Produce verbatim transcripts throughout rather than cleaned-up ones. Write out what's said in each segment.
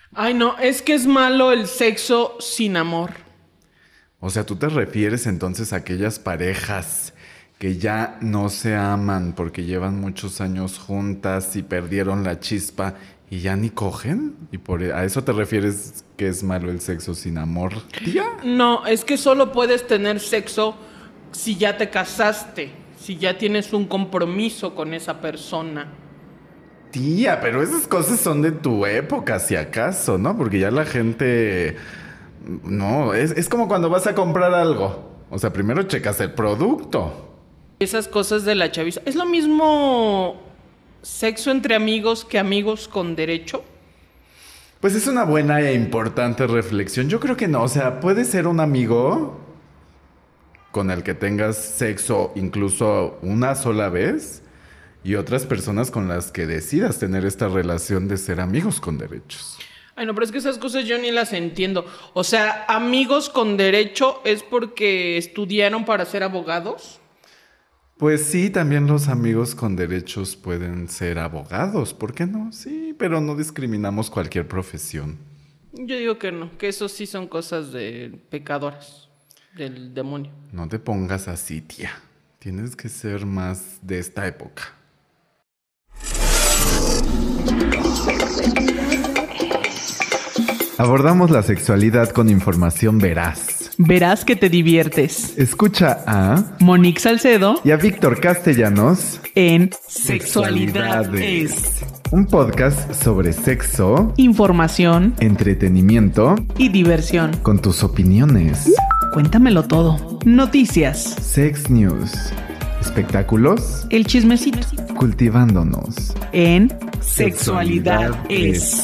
Ay, no, es que es malo el sexo sin amor. O sea, ¿tú te refieres entonces a aquellas parejas que ya no se aman porque llevan muchos años juntas y perdieron la chispa y ya ni cogen? ¿Y por a eso te refieres que es malo el sexo sin amor, tía? No, es que solo puedes tener sexo si ya te casaste, si ya tienes un compromiso con esa persona. Tía, pero esas cosas son de tu época, si acaso, ¿no? Porque ya la gente... No, es, es como cuando vas a comprar algo. O sea, primero checas el producto. Esas cosas de la chaviza. ¿Es lo mismo sexo entre amigos que amigos con derecho? Pues es una buena e importante reflexión. Yo creo que no. O sea, puede ser un amigo con el que tengas sexo incluso una sola vez y otras personas con las que decidas tener esta relación de ser amigos con derechos. Ay, no, pero es que esas cosas yo ni las entiendo. O sea, amigos con derecho es porque estudiaron para ser abogados. Pues sí, también los amigos con derechos pueden ser abogados, ¿por qué no? Sí, pero no discriminamos cualquier profesión. Yo digo que no, que eso sí son cosas de pecadoras, del demonio. No te pongas así, tía. Tienes que ser más de esta época. Abordamos la sexualidad con información veraz. Verás que te diviertes. Escucha a Monique Salcedo y a Víctor Castellanos en Sexualidad es. Un podcast sobre sexo, Información entretenimiento y diversión. con tus opiniones. Cuéntamelo todo. Noticias. Sex News. Espectáculos. El chismecito. Cultivándonos. En Sexualidad es.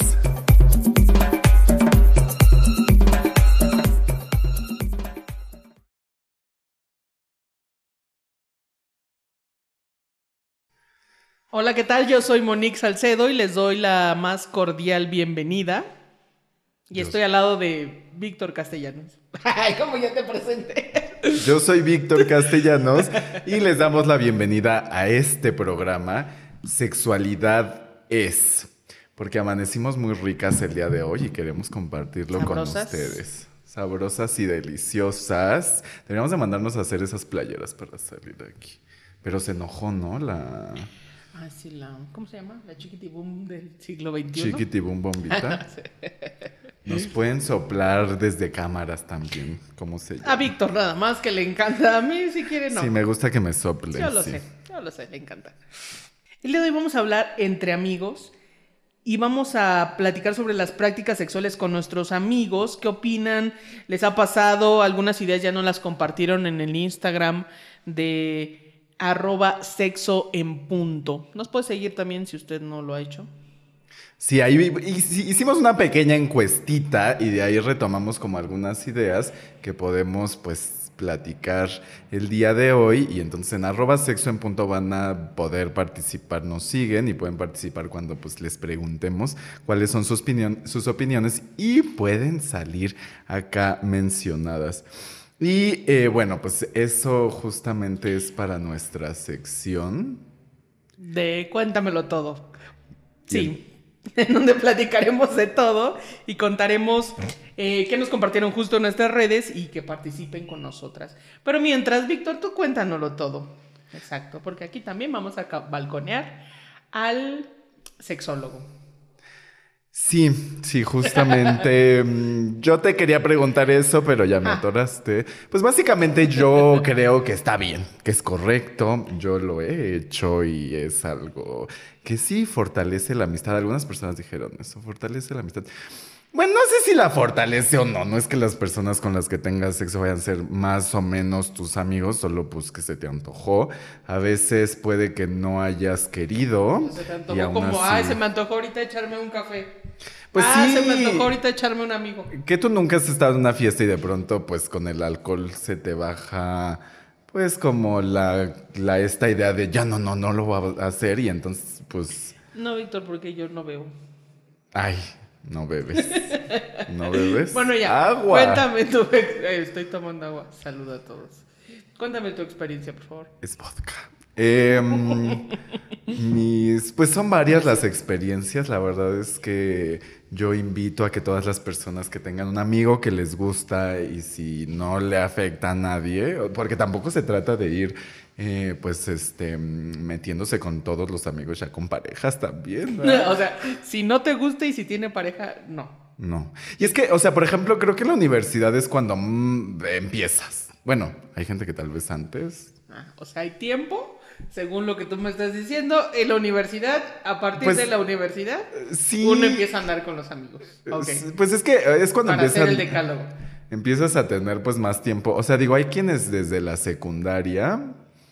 Hola, ¿qué tal? Yo soy Monique Salcedo y les doy la más cordial bienvenida. Y Yo estoy soy... al lado de Víctor Castellanos. Ay, como ya te presenté. Yo soy Víctor Castellanos y les damos la bienvenida a este programa Sexualidad es. Porque amanecimos muy ricas el día de hoy y queremos compartirlo ¿Sabrosas? con ustedes. Sabrosas y deliciosas. Deberíamos de mandarnos a hacer esas playeras para salir de aquí. Pero se enojó, ¿no? La... Ah, sí, la... ¿Cómo se llama? La chiquitibum del siglo veintiuno. Chiquitibum bombita. Sí. Nos pueden soplar desde cámaras también, ¿cómo se llama? A Víctor nada más, que le encanta. A mí, si quiere, no. Sí, me gusta que me soplen. Yo lo sí. sé, yo lo sé, le encanta. El día de hoy vamos a hablar entre amigos y vamos a platicar sobre las prácticas sexuales con nuestros amigos. ¿Qué opinan? ¿Les ha pasado? Algunas ideas ya no las compartieron en el Instagram de... arroba sexo en punto. Nos puede seguir también si usted no lo ha hecho. Sí, ahí hicimos una pequeña encuestita y de ahí retomamos como algunas ideas que podemos pues platicar el día de hoy. Y entonces en arroba sexo en punto van a poder participar, nos siguen y pueden participar cuando pues les preguntemos cuáles son sus, opinion- sus opiniones y pueden salir acá mencionadas. Y eh, bueno, pues eso justamente es para nuestra sección. De Cuéntamelo todo. Sí, Bien. en donde platicaremos de todo y contaremos eh, qué nos compartieron justo en nuestras redes y que participen con nosotras. Pero mientras, Víctor, tú cuéntanoslo todo. Exacto, porque aquí también vamos a balconear al sexólogo. Sí, sí, justamente yo te quería preguntar eso, pero ya me Ah. atoraste. Pues básicamente yo creo que está bien, que es correcto. Yo lo he hecho y es algo que sí fortalece la amistad. Algunas personas dijeron eso, fortalece la amistad. Bueno, no sé si la fortalece o no. No es que las personas con las que tengas sexo vayan a ser más o menos tus amigos, solo pues que se te antojó. A veces puede que no hayas querido. Se te y antojó aún como, así- ay, se me antojó ahorita echarme un café. Pues ah, sí. se me antojó ahorita echarme un amigo. Que tú nunca has estado en una fiesta y de pronto, pues con el alcohol se te baja, pues como la, la esta idea de ya no, no, no lo voy a hacer y entonces, pues, No, Víctor, porque yo no veo. ay, no bebes, no bebes. Bueno, ya, Agua. cuéntame tu... ex- eh, Estoy tomando agua. Saluda a todos. Cuéntame tu experiencia, por favor. Es vodka. Em, mis, pues son varias las experiencias. La verdad es que yo invito a que todas las personas que tengan un amigo que les gusta y si no le afecta a nadie, porque tampoco se trata de ir, eh, pues, este, metiéndose con todos los amigos ya con parejas también, ¿no? O sea, si no te gusta y si tiene pareja, no. No. Y es que, o sea, por ejemplo, creo que la universidad es cuando mm, empiezas. Bueno, hay gente que tal vez antes. Ah, o sea, hay tiempo, según lo que tú me estás diciendo, en la universidad, a partir Pues, de la universidad, sí. uno empieza a andar con los amigos. Ok. Pues es que es cuando Para hacer empiezan, el decálogo. empiezas a tener pues más tiempo. O sea, digo, hay quienes desde la secundaria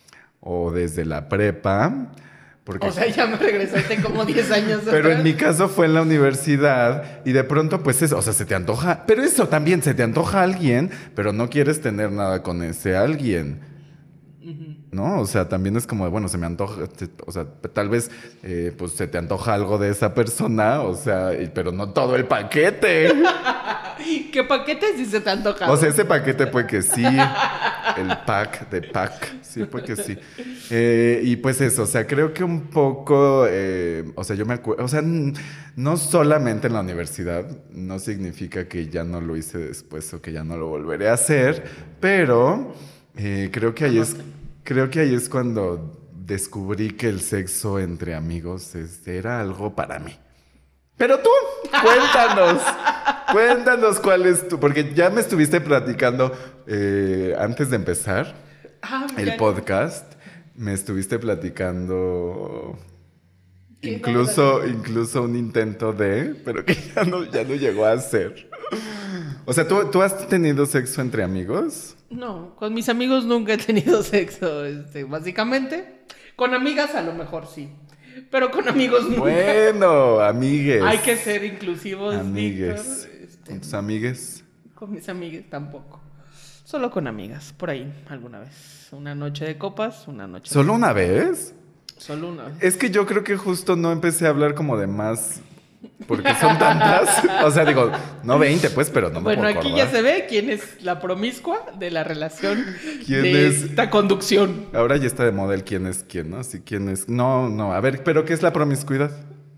o desde la prepa, porque... O sea, ya me regresaste como diez años Pero atrás. en mi caso fue en la universidad y de pronto pues eso, o sea, se te antoja, pero eso también, se te antoja a alguien, pero no quieres tener nada con ese alguien. ¿No? O sea, también es como, bueno, se me antoja, o sea, tal vez eh, pues se te antoja algo de esa persona, o sea, y- pero no todo el paquete. ¿Qué paquete si se te antoja? O sea, ese paquete pues que sí, el pack de pack, sí, pues que sí. Eh, y pues eso, o sea, creo que un poco, eh, o sea, yo me acuerdo, o sea, n- no solamente en la universidad, no significa que ya no lo hice después o que ya no lo volveré a hacer, pero eh, creo que ahí es, creo que ahí es cuando descubrí que el sexo entre amigos este, era algo para mí. Pero tú, cuéntanos, cuéntanos cuál es tu, porque ya me estuviste platicando eh, antes de empezar Ah, el mira. podcast, me estuviste platicando ¿Qué incluso, incluso un intento de, pero que ya no, ya no llegó a ser. O sea, ¿tú, ¿tú has tenido sexo entre amigos? No, con mis amigos nunca he tenido sexo, este, básicamente. Con amigas a lo mejor sí, pero con amigos nunca. Bueno, amigues. Hay que ser inclusivos, Amigues. Víctor. Este, ¿Con tus amigues? con mis amigas tampoco. Solo con amigas, por ahí, alguna vez. Una noche de copas, una noche ¿Solo de... una vez? Solo una vez. Es que yo creo que justo no empecé a hablar como de más, porque son tantas. O sea, digo, no veinte, pues, pero no me Bueno, puedo aquí acordar. ya se ve quién es la promiscua de la relación ¿Quién de es? esta conducción. Ahora ya está de moda el quién es quién, ¿no? Así quién es. No, no, a ver, ¿pero qué es la promiscuidad?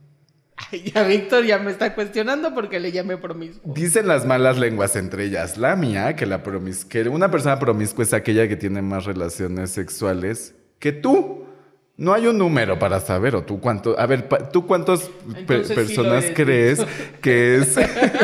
Ay, ya Víctor ya me está cuestionando porque le llamé promiscuo. Dicen las malas lenguas, entre ellas la mía, que, la promis que una persona promiscua es aquella que tiene más relaciones sexuales que tú. No hay un número para saber, o tú cuánto. A ver, pa- ¿tú cuántas pe- Entonces sí lo personas eres, crees Víctor. que es?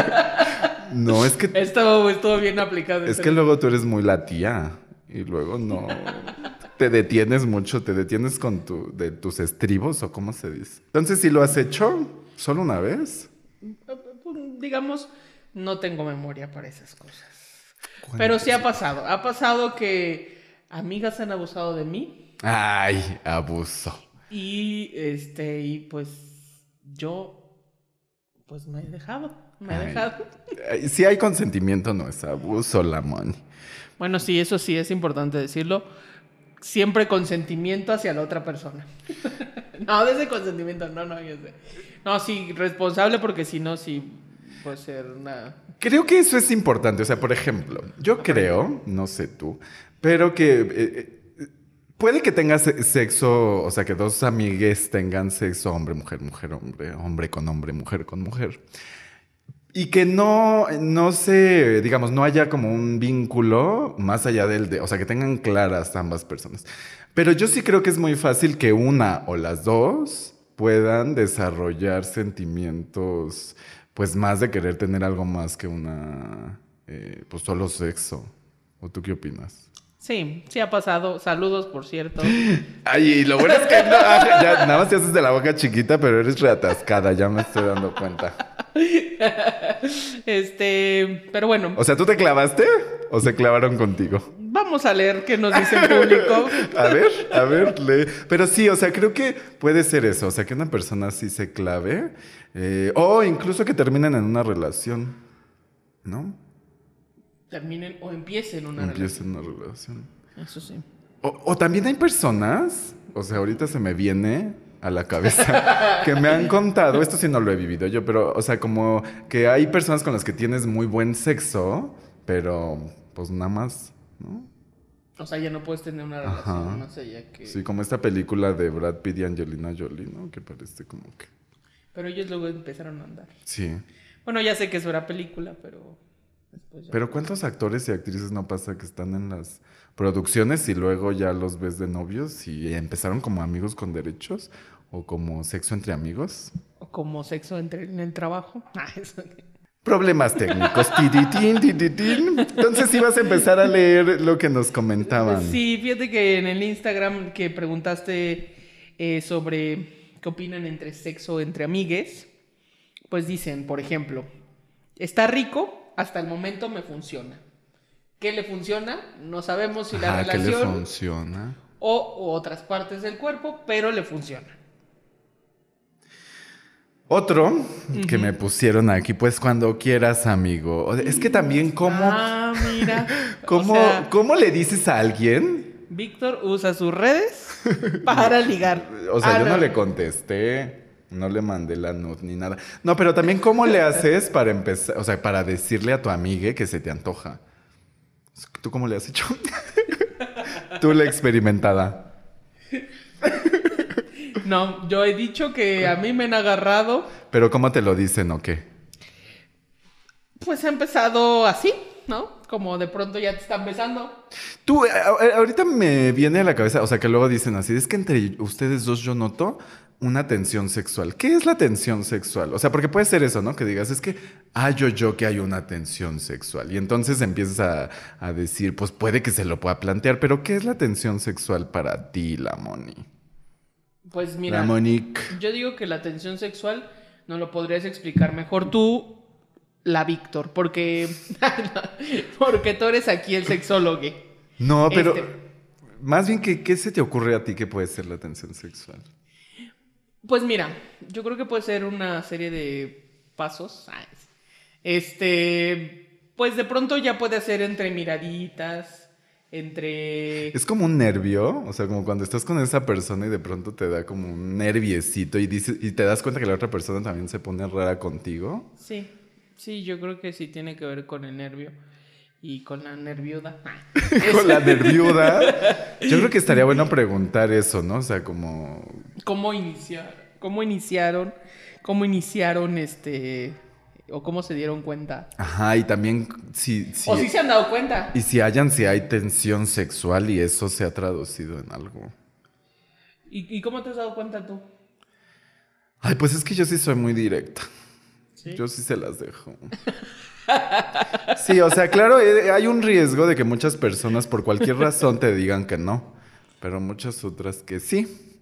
No, es que Esto estuvo bien aplicado. Es que luego tú eres muy la tía y luego no te detienes mucho, te detienes con tu, de tus estribos o cómo se dice. Entonces, si lo has hecho solo una vez. Digamos, no tengo memoria para esas cosas. Pero sí ha pasado. Ha pasado que amigas han abusado de mí Ay, abuso. y este y pues yo pues me he dejado, me he Ay. dejado. Ay, Si hay consentimiento, no es abuso, la Moni. Bueno, sí, eso sí es importante decirlo. Siempre consentimiento hacia la otra persona. No, de ese consentimiento, no, no, yo sé. No, sí, responsable porque si no, sí puede ser una... Creo que eso es importante. O sea, por ejemplo, yo creo, no sé tú, pero que eh, eh, puede que tengas se- sexo, o sea, que dos amigues tengan sexo, hombre, mujer, mujer, hombre, hombre con hombre, mujer con mujer. Y que no, no se, digamos, no haya como un vínculo más allá del de, o sea, que tengan claras ambas personas. Pero yo sí creo que es muy fácil que una o las dos puedan desarrollar sentimientos, pues más de querer tener algo más que una, eh, pues solo sexo. ¿O tú qué opinas? Sí, sí ha pasado. Saludos, por cierto. Ay, y lo bueno es que no, ah, ya, nada más te haces de la boca chiquita, pero eres reatascada, ya me estoy dando cuenta. Este, pero bueno, O sea, ¿tú te clavaste o se clavaron contigo? vamos a leer qué nos dice el público. A ver, a ver, lee. Pero sí, o sea, creo que puede ser eso. O sea, que una persona sí se clave. eh, o incluso que terminen en una relación. ¿No? Terminen o empiecen una relación. Empiecen una relación. Eso sí. O, o también hay personas, o sea, ahorita se me viene a la cabeza, que me han contado, esto sí no lo he vivido yo, pero, o sea, como que hay personas con las que tienes muy buen sexo, pero pues nada más, ¿no? O sea, ya no puedes tener una relación, Ajá. no sé, ya que... Sí, como esta película de Brad Pitt y Angelina Jolie, ¿no? Que parece como que... Pero ellos luego empezaron a andar. Sí. Bueno, ya sé que eso era película, pero... Después ya... Pero ¿cuántos actores y actrices no pasa que están en las producciones y luego ya los ves de novios y empezaron como amigos con derechos o como sexo entre amigos? O como sexo entre, en el trabajo. Ah, eso... Problemas técnicos. Tiritín, tiritín. Entonces ibas a empezar a leer lo que nos comentaban. Sí, fíjate que en el Instagram que preguntaste eh, sobre qué opinan entre sexo entre amigues, pues dicen, por ejemplo, está rico, hasta el momento me funciona. ¿Qué le funciona? No sabemos si la Ajá, ¿qué le relación funciona? o, o otras partes del cuerpo, pero le funciona. Otro que me pusieron aquí, pues cuando quieras, amigo. Es que también, ¿cómo, Ah, mira. cómo, O sea, ¿cómo le dices a alguien? Víctor usa sus redes para ligar. O sea, Ah, yo no le contesté, no le mandé la nude ni nada. No, pero también, ¿cómo le haces para empezar, o sea, para decirle a tu amiga que se te antoja? ¿Tú cómo le has hecho? Tú la experimentada. No, yo he dicho que a mí me han agarrado. Pero ¿cómo te lo dicen o qué? Pues ha empezado así, ¿no? Como de pronto ya te están besando. Tú, a- a- ahorita me viene a la cabeza, o sea, que luego dicen así, es que entre ustedes dos yo noto una tensión sexual. ¿Qué es la tensión sexual? O sea, porque puede ser eso, ¿no? Que digas, es que hallo yo que hay una tensión sexual. Y entonces empiezas a, a decir, pues puede que se lo pueda plantear, pero ¿qué es la tensión sexual para ti, la Moni? Pues mira, La Monique. yo digo que la tensión sexual no lo podrías explicar mejor tú, la Víctor, porque porque tú eres aquí el sexólogo. No, pero Este, más bien, que, ¿qué se te ocurre a ti que puede ser la tensión sexual? pues mira, yo creo que puede ser una serie de pasos. Ay, Este, pues de pronto ya puede ser entre miraditas, entre... Es como un nervio, o sea, como cuando estás con esa persona y de pronto te da como un nerviecito y, dices, y te das cuenta que la otra persona también se pone rara contigo. Sí, sí, yo creo que sí tiene que ver con el nervio y con la nerviuda. Con la nerviuda. Yo creo que estaría bueno preguntar eso, ¿no? O sea, como... ¿Cómo iniciar? ¿Cómo iniciaron? ¿Cómo iniciaron este... o cómo se dieron cuenta? Ajá, y también si... si ¿O sí se han dado cuenta? y si hayan, si hay tensión sexual y eso se ha traducido en algo. ¿Y, y cómo te has dado cuenta tú? Ay, pues es que yo sí soy muy directa. ¿Sí? Yo sí se las dejo. Sí, o sea, claro, eh, hay un riesgo de que muchas personas por cualquier razón te digan que no, pero muchas otras que sí.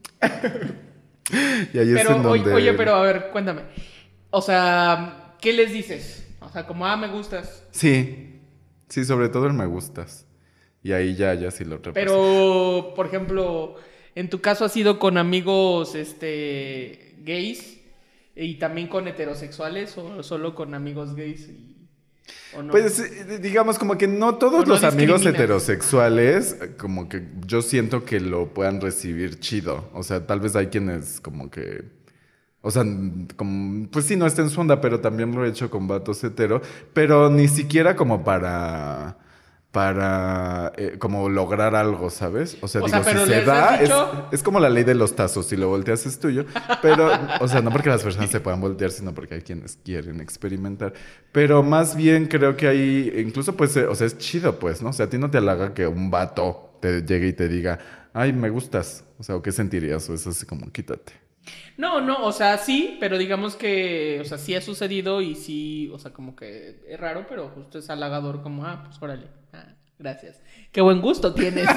Y ahí es Pero, en donde... oye, oye, pero a ver, cuéntame. O sea, ¿qué les dices? O sea, como, ah, me gustas. Sí, sí, sobre todo el me gustas. Y ahí ya, ya sí lo repasa. Pero, por ejemplo, en tu caso has sido con amigos, este, gays y también con heterosexuales o solo con amigos gays y... ¿O no? Pues eh, digamos como que no todos ¿O no los amigos discriminas? heterosexuales eh, como que yo siento que lo puedan recibir chido. O sea, tal vez hay quienes como que... O sea, como, pues sí, no está en su onda, pero también lo he hecho con vatos hetero. Pero ni siquiera como para... Para eh, como lograr algo, ¿sabes? O sea, O digo, sea, pero si se ¿les da, has es, dicho? es como la ley de los tazos. Si lo volteas es tuyo. Pero, o sea, no porque las personas se puedan voltear, sino porque hay quienes quieren experimentar. Pero más bien creo que hay, incluso pues, eh, o sea, es chido, pues, ¿no? O sea, a ti no te halaga que un vato te llegue y te diga, ay, me gustas. O sea, ¿o qué sentirías? O es así como, quítate. No, no, o sea, sí, pero digamos que, o sea, sí ha sucedido y sí, o sea, como que es raro, pero justo es halagador, como, ah, pues órale, ah, gracias. Qué buen gusto tienes.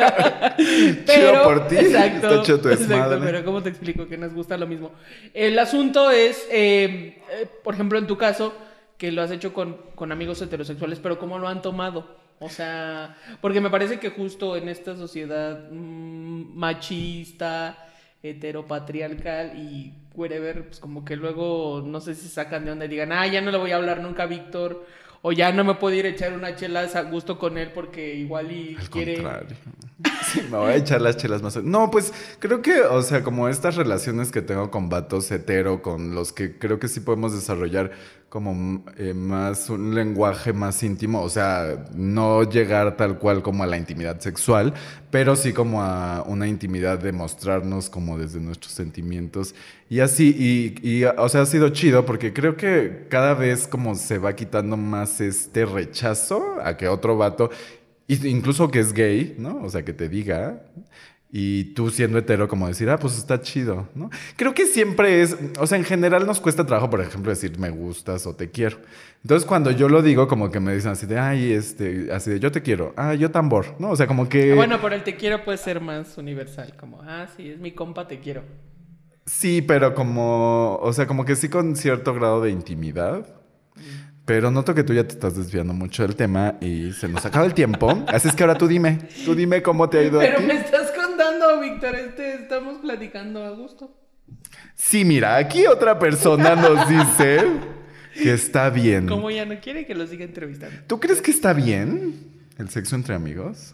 Chido por ti, está chido tu exacto, desmadre. pero ¿cómo te explico? Que nos gusta lo mismo. El asunto es, eh, eh, por ejemplo, en tu caso, que lo has hecho con, con amigos heterosexuales, pero ¿cómo lo han tomado? O sea, porque me parece que justo en esta sociedad mm, machista, heteropatriarcal y whatever, pues como que luego no sé si sacan de onda y digan, ah, ya no le voy a hablar nunca a Víctor, o ya no me puedo ir a echar una chela a gusto con él porque igual y Al quiere... contrario. Sí, me voy a echar las chelas más. No, pues creo que, o sea, como estas relaciones que tengo con vatos hetero, con los que creo que sí podemos desarrollar como eh, más un lenguaje más íntimo, o sea, no llegar tal cual como a la intimidad sexual, pero sí como a una intimidad de mostrarnos como desde nuestros sentimientos y así, y, y o sea, ha sido chido porque creo que cada vez como se va quitando más este rechazo a que otro vato y incluso que es gay, ¿no? O sea, que te diga. Y tú siendo hetero, como decir, ah, pues está chido, ¿no? Creo que siempre es, o sea, en general nos cuesta trabajo, por ejemplo, decir me gustas o te quiero. Entonces, cuando yo lo digo, como que me dicen así de, ay, este, así de, yo te quiero, ah, yo tambor, ¿no? O sea, como que... Bueno, por el te quiero puede ser más universal, como, ah, sí, es mi compa, te quiero. Sí, pero como, o sea, como que sí con cierto grado de intimidad. Pero noto que tú ya te estás desviando mucho del tema y se nos acaba el tiempo. Así es que ahora tú dime, tú dime cómo te ha ido a Pero ti. me estás contando, Víctor, este, estamos platicando a gusto. Sí, mira, aquí otra persona nos dice que está bien. Como ya no quiere que lo siga entrevistando. ¿Tú crees que está bien el sexo entre amigos?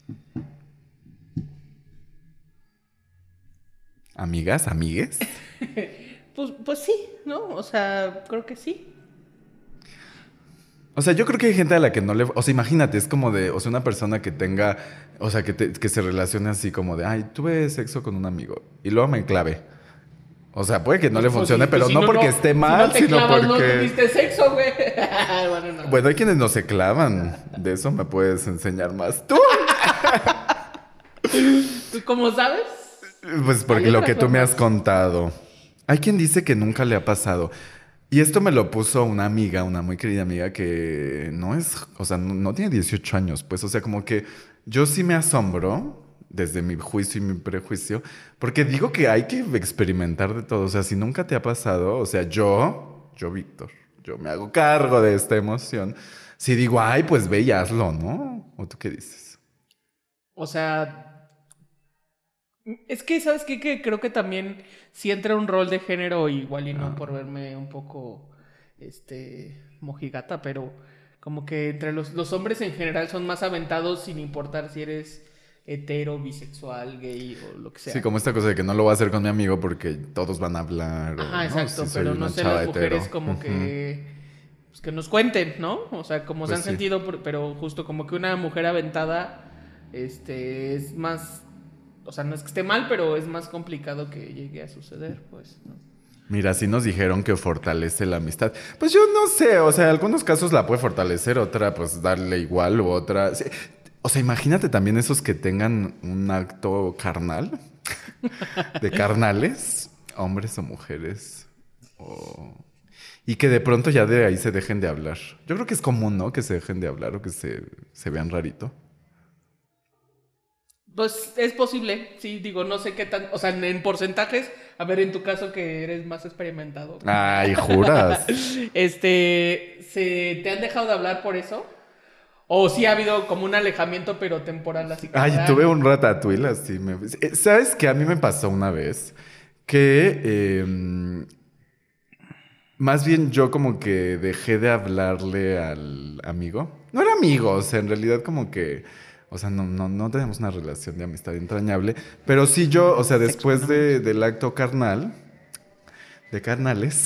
¿Amigas? ¿Amigues? Pues, pues sí, ¿no? O sea, creo que sí. O sea, yo creo que hay gente a la que no le... O sea, imagínate, es como de... O sea, una persona que tenga... O sea, que, te- que se relacione así como de... Ay, tuve sexo con un amigo. Y luego me clave. O sea, puede que no Pues, le pues, funcione, si- pero si no porque esté si mal, no te sino clavas, porque... no tuviste sexo, güey. Bueno, no. Bueno, hay quienes no se clavan. De eso me puedes enseñar más. ¿Tú? ¿Tú cómo sabes? Pues porque Hay lo otras que tú me has formas. contado. Hay quien dice que nunca le ha pasado. Y esto me lo puso una amiga, una muy querida amiga que no es, o sea, no, no tiene dieciocho años, pues, o sea, como que yo sí me asombro desde mi juicio y mi prejuicio, porque digo que hay que experimentar de todo, o sea, si nunca te ha pasado, o sea, yo, yo, Víctor, yo me hago cargo de esta emoción, si digo, ay, pues ve y hazlo, ¿no? ¿O tú qué dices? O sea, es que, ¿sabes qué? Que creo que también si entra un rol de género, igual y no Ah. por verme un poco, este, mojigata, pero como que entre los, los hombres en general son más aventados sin importar si eres hetero, bisexual, gay o lo que sea. Sí, como esta cosa de que no lo voy a hacer con mi amigo porque todos van a hablar, o, Ajá, ¿no? exacto, Si soy pero no una sé chava las mujeres hetero. como Ujú. que pues que nos cuenten, ¿no? O sea, como se Pues han sí. sentido, por- pero justo como que una mujer aventada este es más, o sea, no es que esté mal, pero es más complicado que llegue a suceder, pues, ¿no? Mira, sí nos dijeron que fortalece la amistad. Pues yo no sé, o sea, en algunos casos la puede fortalecer, otra pues darle igual u otra. Sí. O sea, imagínate también esos que tengan un acto carnal, de carnales, hombres o mujeres, o... y que de pronto ya de ahí se dejen de hablar. Yo creo que es común, ¿no? Que se dejen de hablar o que se, se vean rarito. Pues es posible, sí, digo, no sé qué tan, o sea, en, en porcentajes, a ver, en tu caso que eres más experimentado, Ay, juras. este, ¿se te han dejado de hablar por eso? O sí ha habido como un alejamiento, pero temporal, así como de, Ay, ah, tuve un ratatouille así. Me... Eh, ¿Sabes qué? A mí me pasó una vez que eh, más bien yo como que dejé de hablarle al amigo. No era amigo, o sea, en realidad como que, o sea, no, no, no tenemos una relación de amistad entrañable, pero sí yo, o sea, sexo después con de, amigos. del acto carnal, de carnales,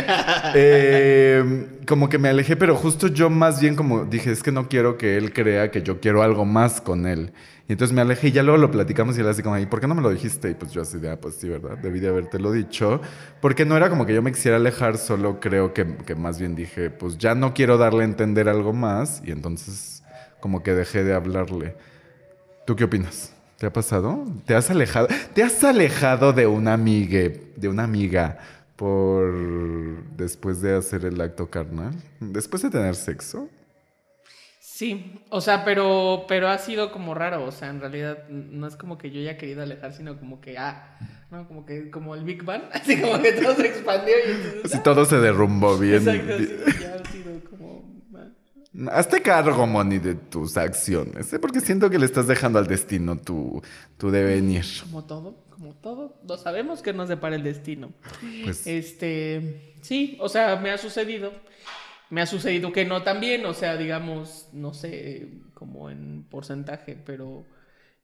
eh, como que me alejé, pero justo yo más bien como dije, es que no quiero que él crea que yo quiero algo más con él. Y entonces me alejé y ya luego lo platicamos y él así como, ¿y por qué no me lo dijiste? Y pues yo así de, ah, pues sí, ¿verdad? Debí de habértelo dicho. Porque no era como que yo me quisiera alejar, solo creo que, que más bien dije, pues ya no quiero darle a entender algo más. Y entonces como que dejé de hablarle. ¿Tú qué opinas? ¿Te ha pasado? ¿Te has alejado? ¿Te has alejado de una amigue, de una amiga por después de hacer el acto carnal? ¿Después de tener sexo? Sí, o sea, pero, pero ha sido como raro, o sea, en realidad n- no es como que yo haya querido alejar, sino como que, ah, no, como que, como el Big Bang, así como que todo se expandió y entonces, Si ah, todo se derrumbó bien. exacto, bi- sí, ya ha sido como, ah, Hazte cargo, Moni, de tus acciones, ¿eh? Porque siento que le estás dejando al destino tu, tu devenir. como todo, como todo, lo sabemos que nos depara el destino. Pues Este, sí, o sea, me ha sucedido. Me ha sucedido que no también, o sea, digamos, no sé, como en porcentaje, pero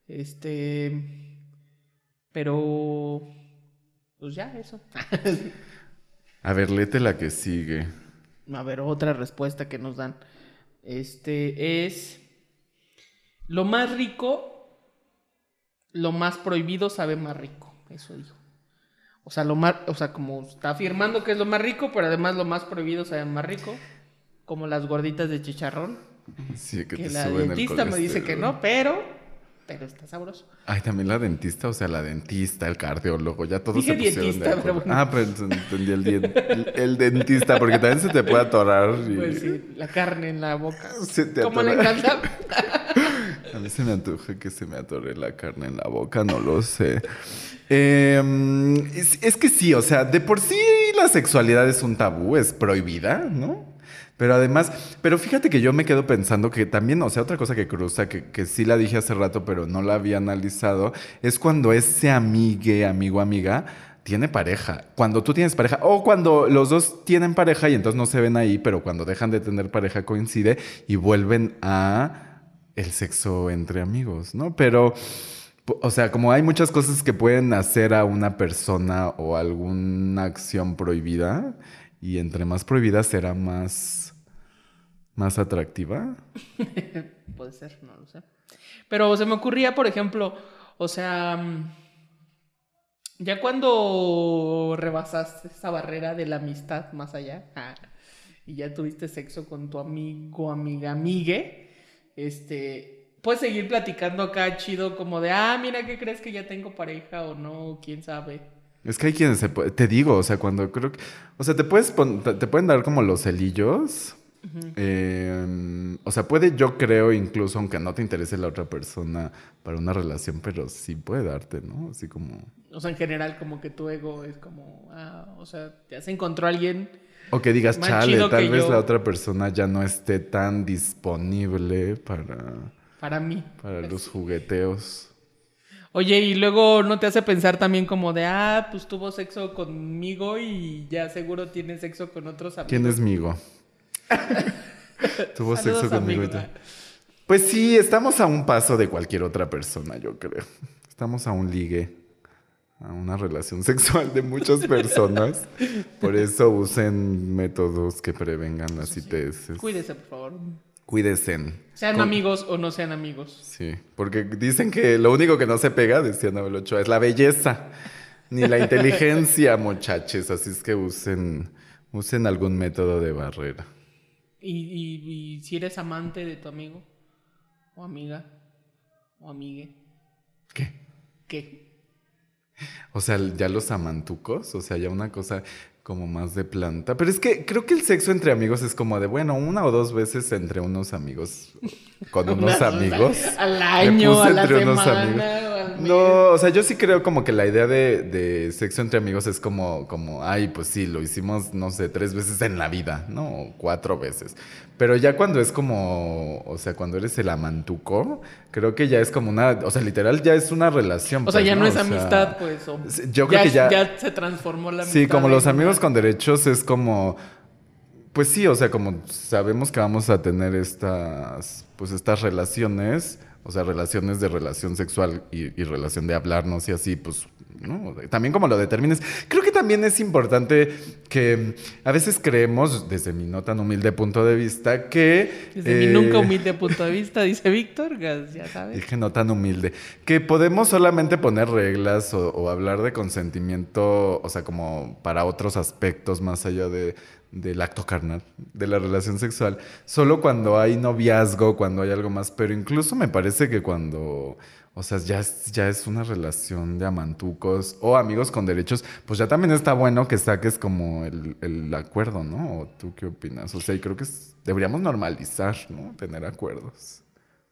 Este, pero, pues ya, eso. A ver, léete la que sigue. A ver, otra respuesta que nos dan. Este es, lo más rico, lo más prohibido sabe más rico. Eso dijo. O sea, lo más, o sea, como está afirmando que es lo más rico, pero además lo más prohibido sabe más rico. Como las gorditas de chicharrón. Sí, que, Que te la suben el dentista me dice que colesterol. no, pero, pero está sabroso. Ay, también la dentista, o sea, la dentista, el cardiólogo, ya todos Dije se pusieron dietista, de acuerdo. pero bueno. Ah, pero entonces entendí el, dien- el, el dentista, porque también se te puede atorar. Y... Pues sí, la carne en la boca. Se te ¿Cómo le atora. encanta? A mí se me antoja que se me atore la carne en la boca, no lo sé. Eh, es, es que sí, o sea, de por sí la sexualidad es un tabú, es prohibida, ¿no? Pero además, pero fíjate que yo me quedo pensando que también, o sea, otra cosa que cruza, que, que sí la dije hace rato, pero no la había analizado, es cuando ese amigue, amigo, amiga, tiene pareja. Cuando tú tienes pareja, o cuando los dos tienen pareja y entonces no se ven ahí, pero cuando dejan de tener pareja coincide y vuelven a el sexo entre amigos, ¿no? Pero, o sea, como hay muchas cosas que pueden hacer a una persona o alguna acción prohibida, y entre más prohibida será más... ¿Más atractiva? Puede ser, no lo sé. Pero se me ocurría, por ejemplo, o sea, ya cuando rebasaste esa barrera de la amistad más allá, ah, y ya tuviste sexo con tu amigo, amiga, amigue, este, puedes seguir platicando acá chido como de, ah, mira, ¿qué crees que ya tengo pareja o no? ¿Quién sabe? Es que hay quienes se puede, te digo, o sea, cuando creo que, o sea, te puedes pon- te, te pueden dar como los celillos. Uh-huh. Eh, o sea, puede, yo creo, incluso aunque no te interese la otra persona para una relación, pero sí puede darte, ¿no? Así como... O sea, en general, como que tu ego es como, ah, o sea, te has encontrado a alguien O que digas, más chale, chido tal que vez yo la otra persona ya no esté tan disponible para, para mí. para los Así. jugueteos. Oye, y luego no te hace pensar también como de, ah, pues tuvo sexo conmigo y ya seguro tiene sexo con otros amigos. ¿Quién es Migo? Tuvo Saludos, sexo conmigo y amigo. ya. Pues sí, estamos a un paso de cualquier otra persona, yo creo. Estamos a un ligue, a una relación sexual de muchas personas. Por eso usen métodos que prevengan las I T S. Cuídese, por favor. Cuídense. Sean Con- amigos o no sean amigos. Sí, porque dicen que lo único que no se pega, decía Nabel Ochoa, es la belleza, ni la inteligencia, muchachos. Así es que usen, usen algún método de barrera. Y, y, y si eres amante de tu amigo o amiga o amigue, ¿Qué? ¿qué? O sea, ya los amantucos, o sea, ya una cosa como más de planta. Pero es que creo que el sexo entre amigos es como de, bueno, una o dos veces entre unos amigos, con unos Una- amigos. Al Me año, puse a la entre unos semana, amigos. o al mes. No, o sea, yo sí creo como que la idea de, de sexo entre amigos es como, como, ay, pues sí, lo hicimos, no sé, tres veces en la vida, ¿no? O cuatro veces. Pero ya cuando es como, o sea, cuando eres el amantuco, creo que ya es como una, o sea, literal ya es una relación. O sea, pues, ya no es O sea, amistad, pues. O yo creo que ya- Ya se transformó la amistad. Sí, como los en amigos una- con derechos es como, pues sí, o sea, como sabemos que vamos a tener estas, pues estas relaciones, o sea, relaciones de relación sexual y, y relación de hablarnos y así, pues, ¿no? También como lo determines. Creo que también es importante que a veces creemos, desde mi no tan humilde punto de vista, que... Desde mi eh, nunca humilde punto de vista, dice Víctor, gas, ya sabes. Dije no tan humilde. Que podemos solamente poner reglas o, o hablar de consentimiento, o sea, como para otros aspectos más allá de, del acto carnal, de la relación sexual, solo cuando hay noviazgo, cuando hay algo más. Pero incluso me parece que cuando, o sea, ya es, ya es una relación de amantucos o amigos con derechos, pues ya también está bueno que saques como el, el acuerdo, ¿no? ¿O tú qué opinas? O sea, y creo que es- deberíamos normalizar, ¿no? Tener acuerdos.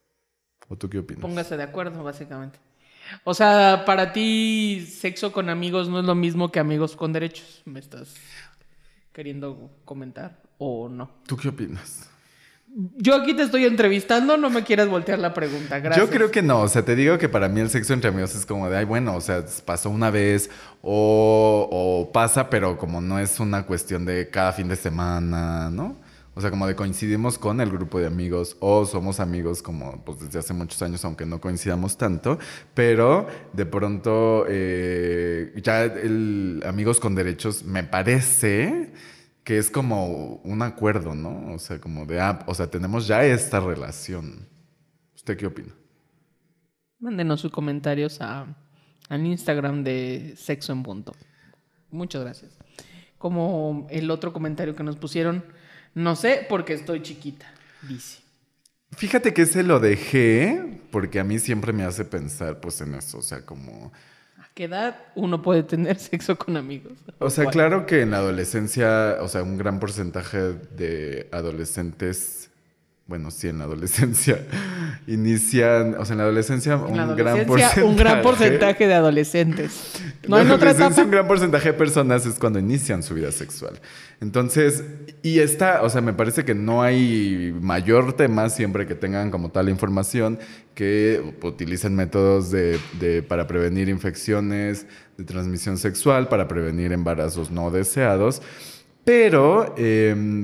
¿O tú qué opinas? Póngase de acuerdo, básicamente. O sea, para ti, sexo con amigos no es lo mismo que amigos con derechos. ¿Me estás queriendo comentar o no? ¿Tú qué opinas? Yo aquí te estoy entrevistando, no me quieras voltear la pregunta, gracias. Yo creo que no, o sea, te digo que para mí el sexo entre amigos es como de, ay, bueno, o sea, pasó una vez o, o pasa, pero como no es una cuestión de cada fin de semana, ¿no? O O sea, como de coincidimos con el grupo de amigos o somos amigos como pues desde hace muchos años, aunque no coincidamos tanto, pero de pronto eh, ya el amigos con derechos me parece que es como un acuerdo, ¿no? O sea, como de, ah, o sea, tenemos ya esta relación. ¿Usted qué opina? Mándenos sus comentarios a, al Instagram de Sexo en Punto. Muchas gracias. Como el otro comentario que nos pusieron, no sé porque estoy chiquita, dice. Fíjate que ese lo dejé porque a mí siempre me hace pensar pues en eso, o sea, como... ¿A qué edad uno puede tener sexo con amigos? O sea, ¿Cuál? claro que en la adolescencia, o sea, un gran porcentaje de adolescentes, bueno, sí, en la adolescencia inician, o sea, en la adolescencia En un la gran adolescencia, porcentaje... un gran porcentaje de adolescentes. En No la en otra adolescencia, etapa. un gran porcentaje de personas es cuando inician su vida sexual. Entonces, y esta, o sea, me parece que no hay mayor tema siempre que tengan como tal información que utilicen métodos de, de, para prevenir infecciones de transmisión sexual, para prevenir embarazos no deseados. Pero, eh,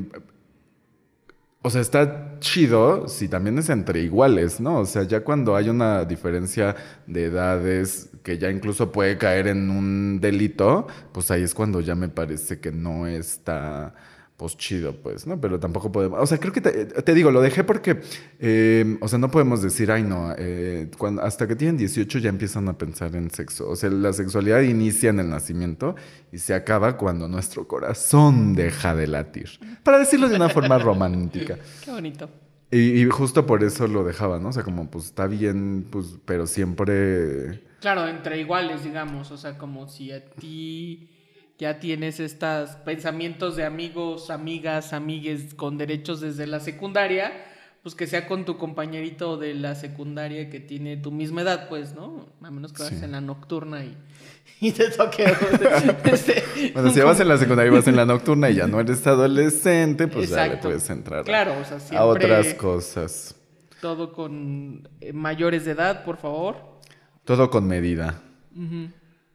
o sea, está chido si también es entre iguales, ¿no? O sea, ya cuando hay una diferencia de edades que ya incluso puede caer en un delito, pues ahí es cuando ya me parece que no está, pues chido, pues, ¿no? Pero tampoco podemos, o sea, creo que te, te digo, lo dejé porque, eh, o sea, no podemos decir, ay, no, eh, cuando, hasta que tienen dieciocho ya empiezan a pensar en sexo. O sea, la sexualidad inicia en el nacimiento y se acaba cuando nuestro corazón deja de latir. Para decirlo de una forma romántica. Qué bonito. Y, y justo por eso lo dejaba, ¿no? O sea, como, pues, está bien, pues, pero siempre... Claro, entre iguales, digamos. O sea, como si a ti ya tienes estos pensamientos de amigos, amigas, amigues con derechos desde la secundaria, pues que sea con tu compañerito de la secundaria que tiene tu misma edad, pues, ¿no? A menos que vayas Sí. en la nocturna y, y te toque. este, Bueno, si ya vas en la secundaria y vas en la nocturna y ya no eres adolescente, pues ya le Exacto. puedes entrar a, Claro, o sea, siempre a otras cosas. todo con eh, mayores de edad, por favor. Todo con medida. Uh-huh.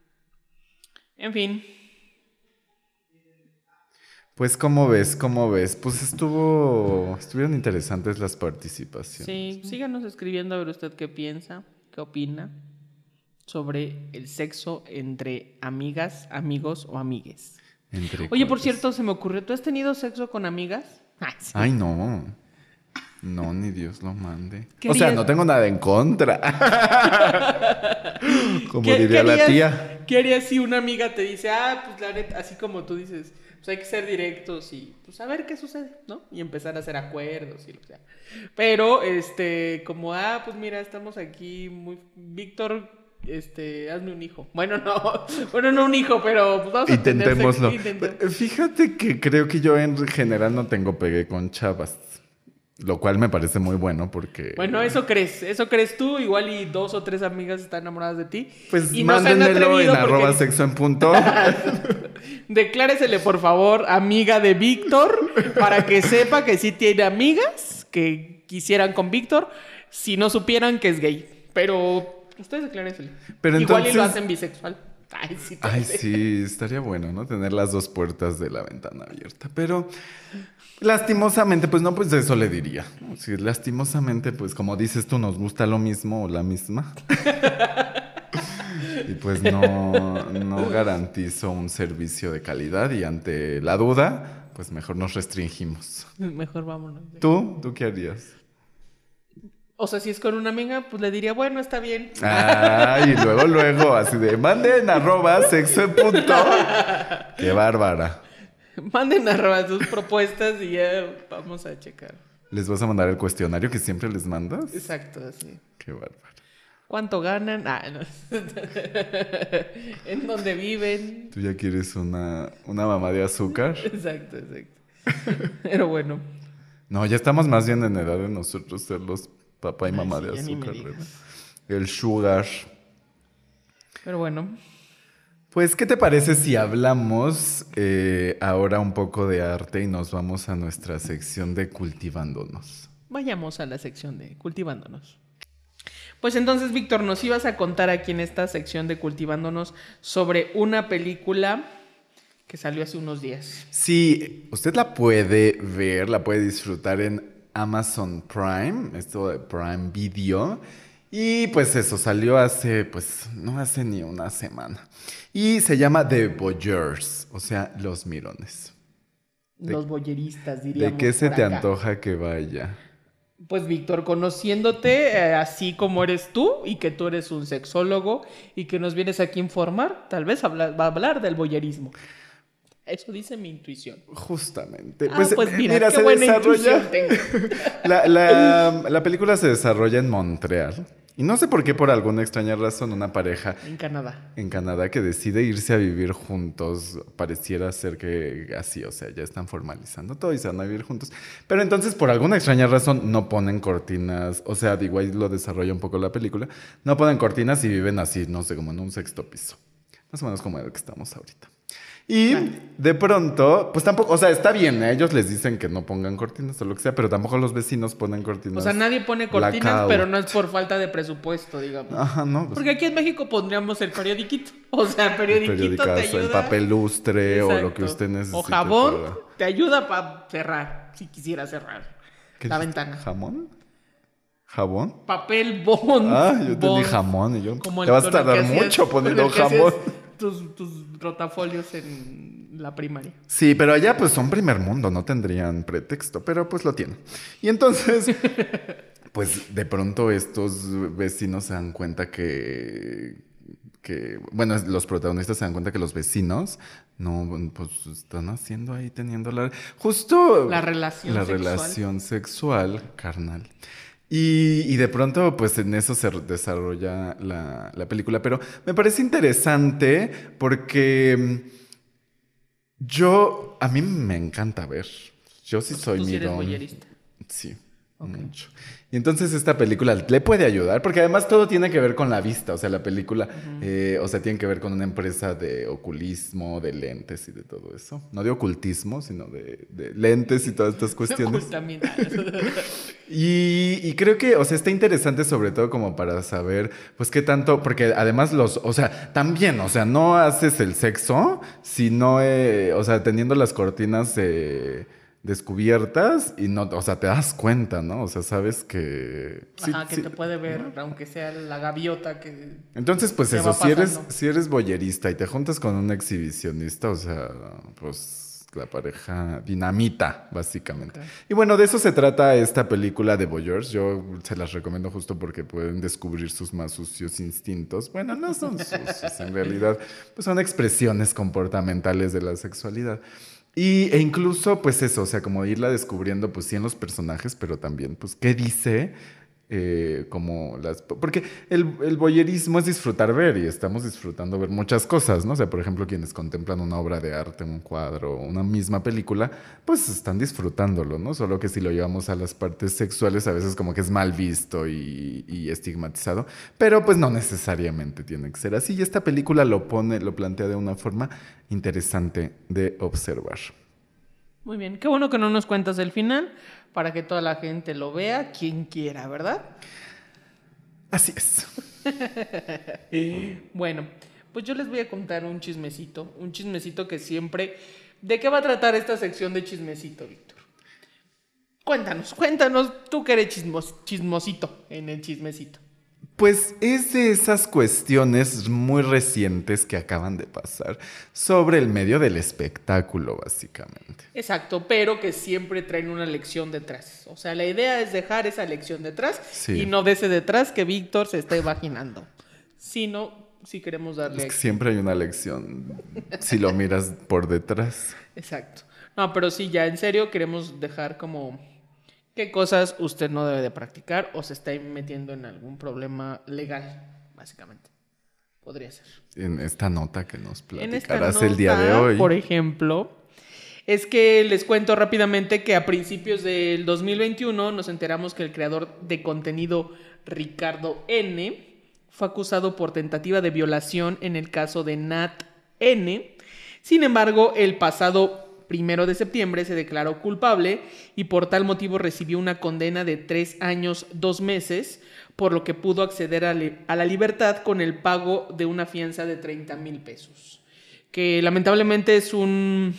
En fin. Pues, ¿cómo ves? ¿Cómo ves? Pues estuvo... Estuvieron interesantes las participaciones. Sí, síganos escribiendo a ver usted qué piensa, qué opina sobre el sexo entre amigas, amigos o amigues. Entre Oye, por cuates. cierto, se me ocurrió, ¿tú has tenido sexo con amigas? Ay, sí. Ay, no. No, ni Dios lo mande. ¿Qué O sea, harías? no tengo nada en contra. Como ¿Qué- diría qué la harías- tía. ¿Qué harías si una amiga te dice, ah, pues la neta, así como tú dices, pues hay que ser directos y pues a ver qué sucede, ¿no? Y empezar a hacer acuerdos y lo que sea. Pero, este, como, ah, pues mira, estamos aquí muy... Víctor, este, hazme un hijo. Bueno, no, bueno, no un hijo, pero pues vamos a tener Intentémoslo. sexo, intentemos. Fíjate que creo que yo en general no tengo pegue con chavas. Lo cual me parece muy bueno porque... Bueno, eso crees, eso crees tú, igual y dos o tres amigas están enamoradas de ti. Pues y no se han mándenmelo atrevido en porque- arroba sexo en punto. Decláresele, por favor, amiga de Víctor, para que sepa que sí tiene amigas que quisieran con Víctor, si no supieran que es gay. Pero ustedes declárensele. Pero Igual y lo entonces- hacen bisexual. Ay, sí. te Ay, hace. sí, estaría bueno, ¿no? Tener las dos puertas de la ventana abierta. Pero lastimosamente, pues no, pues eso le diría. Sí, lastimosamente, pues como dices tú, nos gusta lo mismo o la misma. Y pues no, no garantizo un servicio de calidad y ante la duda, pues mejor nos restringimos. Mejor vámonos. ¿Tú? ¿Tú qué harías? O sea, si es con una amiga, pues le diría, bueno, está bien. Ay, y luego, luego, así de, manden arroba sexo en punto. Qué bárbara. Manden arroba sus propuestas y ya vamos a checar. ¿Les vas a mandar el cuestionario que siempre les mandas? Exacto, así. Qué bárbaro. ¿Cuánto ganan? Ah, no. ¿En dónde viven? ¿Tú ya quieres una, una mamá de azúcar? Exacto, exacto. Pero bueno. No, ya estamos más bien en edad de nosotros ser los papá y Ay, mamá sí, de ya ni me azúcar, digas. ¿verdad? El sugar. Pero bueno. Pues, ¿qué te parece si hablamos eh, ahora un poco de arte y nos vamos a nuestra sección de cultivándonos? Vayamos a la sección de Cultivándonos. Pues entonces, Víctor, nos ibas a contar aquí en esta sección de Cultivándonos sobre una película que salió hace unos días. Sí, usted la puede ver, la puede disfrutar en Amazon Prime, esto de Prime Video. Y pues eso, salió hace, pues no hace ni una semana. Y se llama The Voyeurs, o sea, los mirones. De, Los boyeristas, diríamos. ¿De qué se por te acá. antoja que vaya? Pues Víctor, conociéndote eh, así como eres tú y que tú eres un sexólogo y que nos vienes aquí a informar, tal vez habla, va a hablar del boyerismo. Eso dice mi intuición. Justamente. Ah, Pues, pues mira, mira, qué se buena desarrolla. intuición tengo. La, la, la película se desarrolla en Montreal. Y no sé por qué, por alguna extraña razón, una pareja En Canadá. en Canadá que decide irse a vivir juntos. Pareciera ser que así, o sea, ya están formalizando todo y se van a vivir juntos. Pero entonces, por alguna extraña razón, no ponen cortinas. O sea, digo, ahí lo desarrolla un poco la película. No ponen cortinas y viven así, no sé, como en un sexto piso. Más o menos como el que estamos ahorita. Y Claro. de pronto, pues tampoco, o sea, está bien, ¿eh? Ellos les dicen que no pongan cortinas o lo que sea, pero tampoco los vecinos ponen cortinas. O sea, nadie pone cortinas, blackout. pero no es por falta de presupuesto, digamos. Ajá, no. Pues, Porque aquí en México pondríamos el periodiquito. O sea, el el periodiquito te periodicazo, ayuda. el papel lustre o lo Exacto. que usted necesite. O jabón para- te ayuda para cerrar, si quisiera cerrar ¿Qué la dijiste? ventana. ¿Jamón? ¿Jabón? Papel bond. Ah, yo entendí bond, jamón y yo. como el- Te vas a con el tardar que hacías- mucho poniendo con el que jamón. hacías Tus, tus rotafolios en la primaria. Sí, pero allá pues son primer mundo, no tendrían pretexto, pero pues lo tienen. Y entonces, pues de pronto estos vecinos se dan cuenta que, que, bueno, los protagonistas se dan cuenta que los vecinos no, pues están haciendo ahí, teniendo la, justo La relación la sexual. relación sexual, carnal. Y, y de pronto, pues en eso se desarrolla la, la película. Pero me parece interesante porque mm, yo, a mí me encanta ver. Yo sí soy Tú sí eres mirón. voyerista. Sí, Ok. mucho. Y entonces esta película le puede ayudar, porque además todo tiene que ver con la vista. O sea, la película, eh, o sea, tiene que ver con una empresa de oculismo, de lentes y de todo eso. No de ocultismo, sino de, de lentes y todas estas cuestiones. Ocultamiento. Y, y creo que, o sea, está interesante sobre todo como para saber, pues, qué tanto, porque además los, o sea, también, o sea, no haces el sexo, sino, eh, o sea, teniendo las cortinas eh, descubiertas y no, o sea, te das cuenta, ¿no? O sea, sabes que... sí, Ajá, que sí. te puede ver, aunque sea la gaviota que... Entonces, pues te eso, va si eres, pasando. si eres boyerista y te juntas con un exhibicionista, o sea, pues la pareja dinamita, básicamente. Ok. Y bueno, de eso se trata esta película de Voyeurs. Yo se las recomiendo justo porque pueden descubrir sus más sucios instintos. Bueno, no son sucios, en realidad, pues son expresiones comportamentales de la sexualidad. Y, e incluso, pues eso, o sea, como irla descubriendo, pues sí en los personajes, pero también, pues, ¿qué dice? Eh, como las... Porque el, el voyerismo es disfrutar ver y estamos disfrutando ver muchas cosas, ¿no? O sea, por ejemplo, quienes contemplan una obra de arte, un cuadro, una misma película, pues están disfrutándolo, ¿no? Solo que si lo llevamos a las partes sexuales, a veces como que es mal visto y, y estigmatizado, pero pues no necesariamente tiene que ser así. Y esta película lo pone, lo plantea de una forma interesante de observar. Muy bien, qué bueno que no nos cuentas el final para que toda la gente lo vea, quien quiera, ¿verdad? Así es. Bueno, pues yo les voy a contar un chismecito, un chismecito que siempre... ¿De qué va a tratar esta sección de chismecito, Víctor? Cuéntanos, cuéntanos, tú que eres chismos, chismosito en el chismecito. Pues es de esas cuestiones muy recientes que acaban de pasar sobre el medio del espectáculo, básicamente. Exacto, pero que siempre traen una lección detrás. O sea, la idea es dejar esa lección detrás Sí. y no de ese detrás que Víctor se está imaginando. Sino, si queremos darle... Es que siempre hay una lección si lo miras por detrás. Exacto. No, pero sí, ya en serio queremos dejar como qué cosas usted no debe de practicar o se está metiendo en algún problema legal, básicamente. Podría ser. En esta nota que nos En esta platicarás nota, el día de hoy. por ejemplo, es que les cuento rápidamente que a principios del dos mil veintiuno nos enteramos que el creador de contenido Ricardo N fue acusado por tentativa de violación en el caso de Nat N. Sin embargo, el pasado primero de septiembre se declaró culpable y por tal motivo recibió una condena de tres años, dos meses, por lo que pudo acceder a, le- a la libertad con el pago de una fianza de treinta mil pesos. que lamentablemente es un...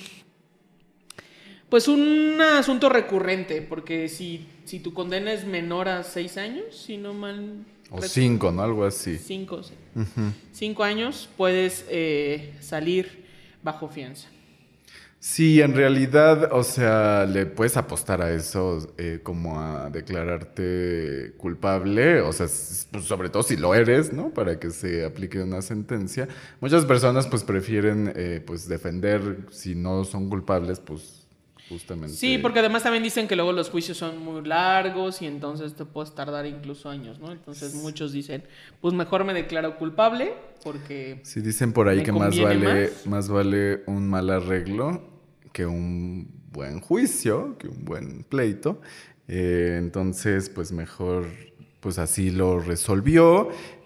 Pues un asunto recurrente, porque si, si tu condena es menor a seis años, si no mal... O cinco, ¿no? Algo así. Cinco, sí. Uh-huh. Cinco años puedes eh, salir bajo fianza. Sí, en realidad, o sea, le puedes apostar a eso, eh, como a declararte culpable, o sea, pues, sobre todo si lo eres, ¿no? Para que se aplique una sentencia. Muchas personas pues prefieren eh, pues defender, si no son culpables, pues justamente. Sí, porque además también dicen que luego los juicios son muy largos y entonces te puedes tardar incluso años, ¿no? Entonces muchos dicen, pues mejor me declaro culpable porque... Sí, dicen por ahí me que más vale, más. más vale un mal arreglo que un buen juicio, que un buen pleito. Eh, entonces, pues mejor, pues así lo resolvió.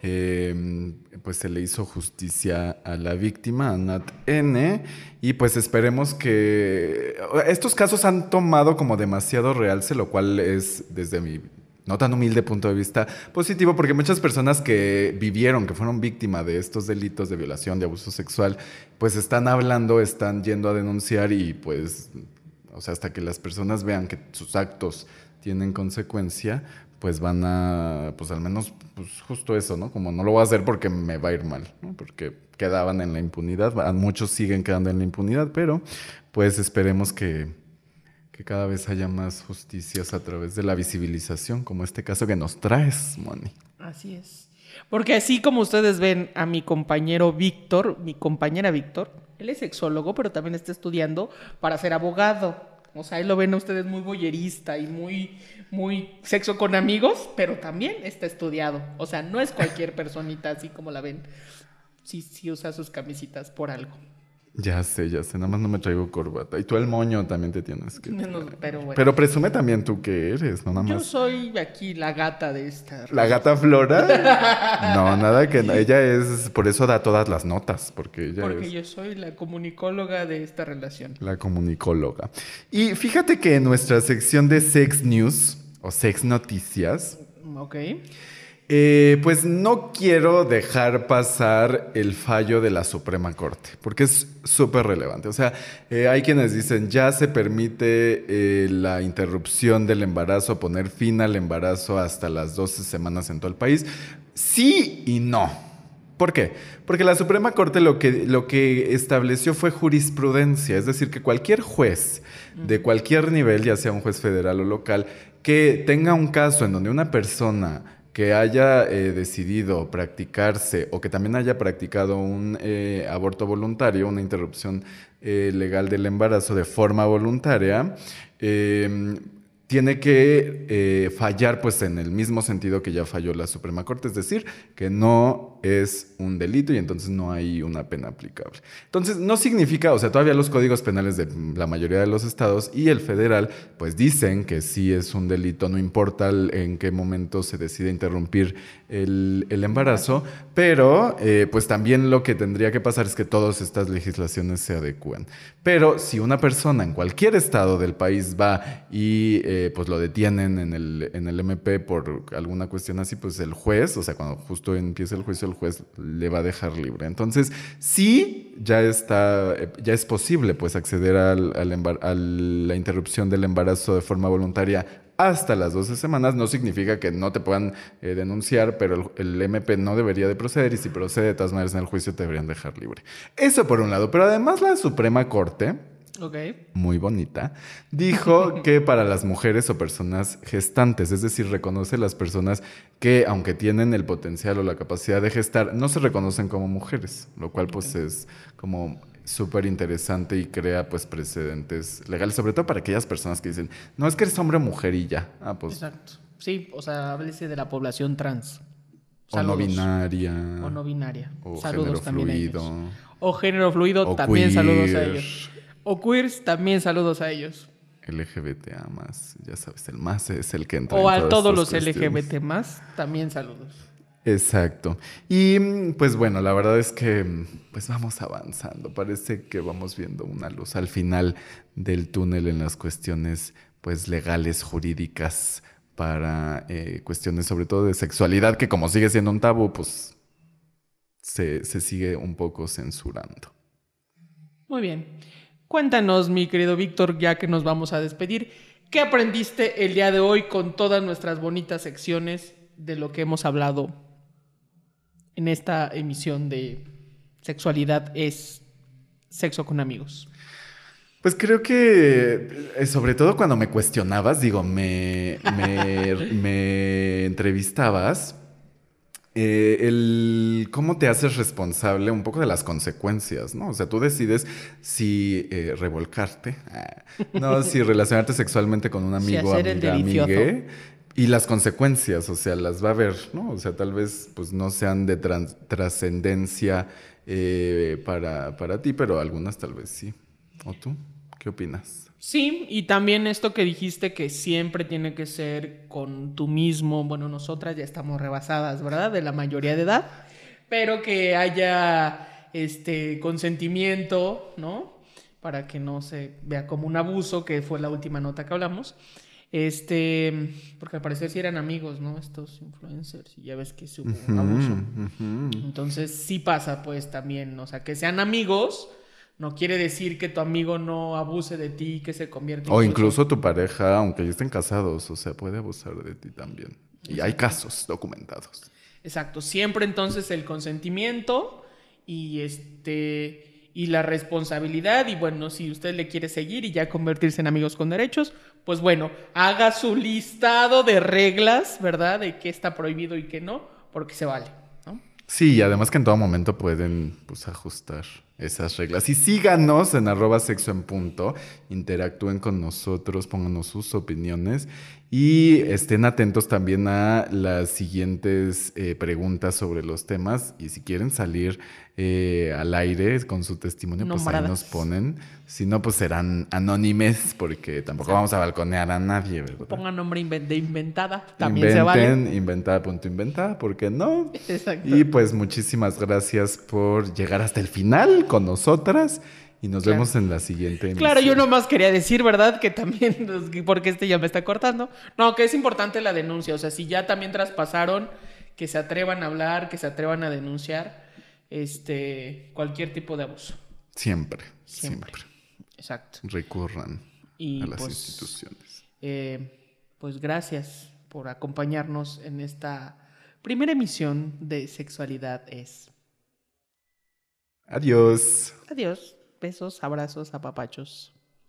Eh, pues se le hizo justicia a la víctima, a Nat N. Y pues esperemos que... Estos casos han tomado como demasiado realce, lo cual es, desde mi no tan humilde punto de vista, positivo, porque muchas personas que vivieron, que fueron víctimas de estos delitos de violación, de abuso sexual, pues están hablando, están yendo a denunciar y pues, o sea, hasta que las personas vean que sus actos tienen consecuencia, pues van a, pues al menos, pues justo eso, ¿no? Como no lo voy a hacer porque me va a ir mal, ¿no? Porque quedaban en la impunidad, muchos siguen quedando en la impunidad, pero pues esperemos que que cada vez haya más justicias a través de la visibilización, como este caso que nos traes, Moni. Así es. Porque así como ustedes ven a mi compañero Víctor, mi compañera Víctor, él es sexólogo, pero también está estudiando para ser abogado. O sea, ahí lo ven a ustedes muy boyerista y muy, muy sexo con amigos, pero también está estudiado. O sea, no es cualquier personita así como la ven. Sí, sí usa sus camisitas por algo. Ya sé, ya sé, nada más no me traigo corbata. Y tú el moño también te tienes que... No, pero bueno. Pero presume también tú que eres, no nada más. Yo soy aquí la gata de esta... ¿La gata Flora? No, nada que... Ella es... Por eso da todas las notas, porque ella Porque es... yo soy la comunicóloga de esta relación. La comunicóloga. Y fíjate que en nuestra sección de Sex News, o Sex Noticias... Ok. Eh, pues no quiero dejar pasar el fallo de la Suprema Corte, porque es súper relevante. O sea, eh, hay quienes dicen, ya se permite eh, la interrupción del embarazo, poner fin al embarazo hasta las doce semanas en todo el país. Sí y no. ¿Por qué? Porque la Suprema Corte lo que, lo que estableció fue jurisprudencia, es decir, que cualquier juez de cualquier nivel, ya sea un juez federal o local, que tenga un caso en donde una persona que haya eh, decidido practicarse o que también haya practicado un eh, aborto voluntario, una interrupción eh, legal del embarazo de forma voluntaria, eh, tiene que eh, fallar pues en el mismo sentido que ya falló la Suprema Corte, es decir, que no es un delito y entonces no hay una pena aplicable. Entonces no significa, o sea, todavía los códigos penales de la mayoría de los estados y el federal pues dicen que sí es un delito, no importa en qué momento se decide interrumpir el, el embarazo, pero eh, pues también lo que tendría que pasar es que todas estas legislaciones se adecúen. Pero si una persona en cualquier estado del país va y eh, pues lo detienen en el, en el M P por alguna cuestión así, pues el juez, o sea, cuando justo empieza el juicio, el juez le va a dejar libre. Entonces, sí, ya está, ya es posible pues acceder al, al embar- a la interrupción del embarazo de forma voluntaria hasta las doce semanas. No significa que no te puedan eh, denunciar, pero el, el M P no debería de proceder y si procede de todas maneras en el juicio te deberían dejar libre. Eso por un lado, pero además la Suprema Corte, okay, muy bonita, dijo que para las mujeres o personas gestantes, es decir, reconoce las personas que aunque tienen el potencial o la capacidad de gestar, no se reconocen como mujeres, lo cual pues okay, es como súper interesante y crea pues precedentes legales, sobre todo para aquellas personas que dicen, no es que eres hombre o mujer y ya. Ah, pues, exacto. Sí, o sea, háblese de la población trans. O no binaria. O no binaria. O saludos género también fluido. a ellos. O género fluido, o también queer. Saludos a ellos. O queers, también saludos a ellos. L G B T A más, ya sabes, el más es el que entra. O en a todos los cuestiones. L G B T más, también saludos. Exacto. Y pues bueno, la verdad es que pues vamos avanzando. Parece que vamos viendo una luz al final del túnel en las cuestiones pues legales, jurídicas, para eh, cuestiones sobre todo de sexualidad, que como sigue siendo un tabú, pues se, se sigue un poco censurando. Muy bien. Cuéntanos, mi querido Víctor, ya que nos vamos a despedir, ¿qué aprendiste el día de hoy con todas nuestras bonitas secciones de lo que hemos hablado en esta emisión de Sexualidad es Sexo con Amigos? Pues creo que, eh, sobre todo cuando me cuestionabas, digo, me, me, me entrevistabas, eh, el cómo te haces responsable un poco de las consecuencias, ¿no? O sea, tú decides si eh, revolcarte, ah, no, si relacionarte sexualmente con un amigo, Si hacer el amiga, delicioso. amigue, y las consecuencias, o sea, las va a haber, ¿no? O sea, tal vez pues no sean de trans- trascendencia eh, para, para ti, pero algunas tal vez sí. ¿O tú? ¿Qué opinas? Sí, y también esto que dijiste que siempre tiene que ser con tú mismo. Bueno, nosotras ya estamos rebasadas, ¿verdad? De la mayoría de edad, pero que haya este consentimiento, ¿no? Para que no se vea como un abuso, que fue la última nota que hablamos. Este, porque al parecer sí eran amigos, ¿no? Estos influencers, y ya ves que hubo un abuso. Ujú. Entonces sí pasa pues también, o sea, que sean amigos no quiere decir que tu amigo no abuse de ti, que se convierta O incluso tu pareja, aunque ya estén casados, o sea, puede abusar de ti también. Y hay casos documentados. Exacto, siempre entonces el consentimiento y este y la responsabilidad. Y bueno, si usted le quiere seguir y ya convertirse en amigos con derechos, pues bueno, haga su listado de reglas, ¿verdad? De qué está prohibido y qué no, porque se vale, ¿no? Sí, y además que en todo momento pueden pues ajustar esas reglas. Y síganos en arroba sexo en punto, interactúen con nosotros, pónganos sus opiniones y estén atentos también a las siguientes eh, preguntas sobre los temas. Y si quieren salir eh, al aire con su testimonio, pues ahí Nombradas. nos ponen. Si no, pues serán anónimes porque tampoco vamos a balconear a nadie, ¿verdad? Ponga nombre inven- de inventada, también se vale. Inventen, inventada punto inventada, ¿por qué no? Exacto. Y pues muchísimas gracias por llegar hasta el final con nosotras y nos Claro. vemos en la siguiente emisión. Claro, yo nomás quería decir, ¿verdad? Que también, porque este ya me está cortando. No, que es importante la denuncia. O sea, si ya también traspasaron, que se atrevan a hablar, que se atrevan a denunciar este cualquier tipo de abuso. Siempre, Siempre. siempre. Exacto. Recurran Y a las pues, instituciones. eh, pues gracias por acompañarnos en esta primera emisión de Sexualidad es. Adiós. Adiós. Besos, abrazos, apapachos.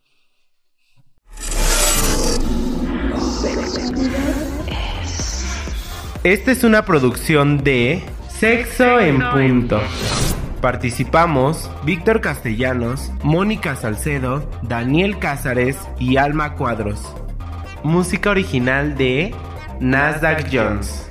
Esta es una producción de Sexo en Punto. Participamos Víctor Castellanos, Mónica Salcedo, Daniel Cázares y Alma Cuadros. Música original de Nasdaq Jones.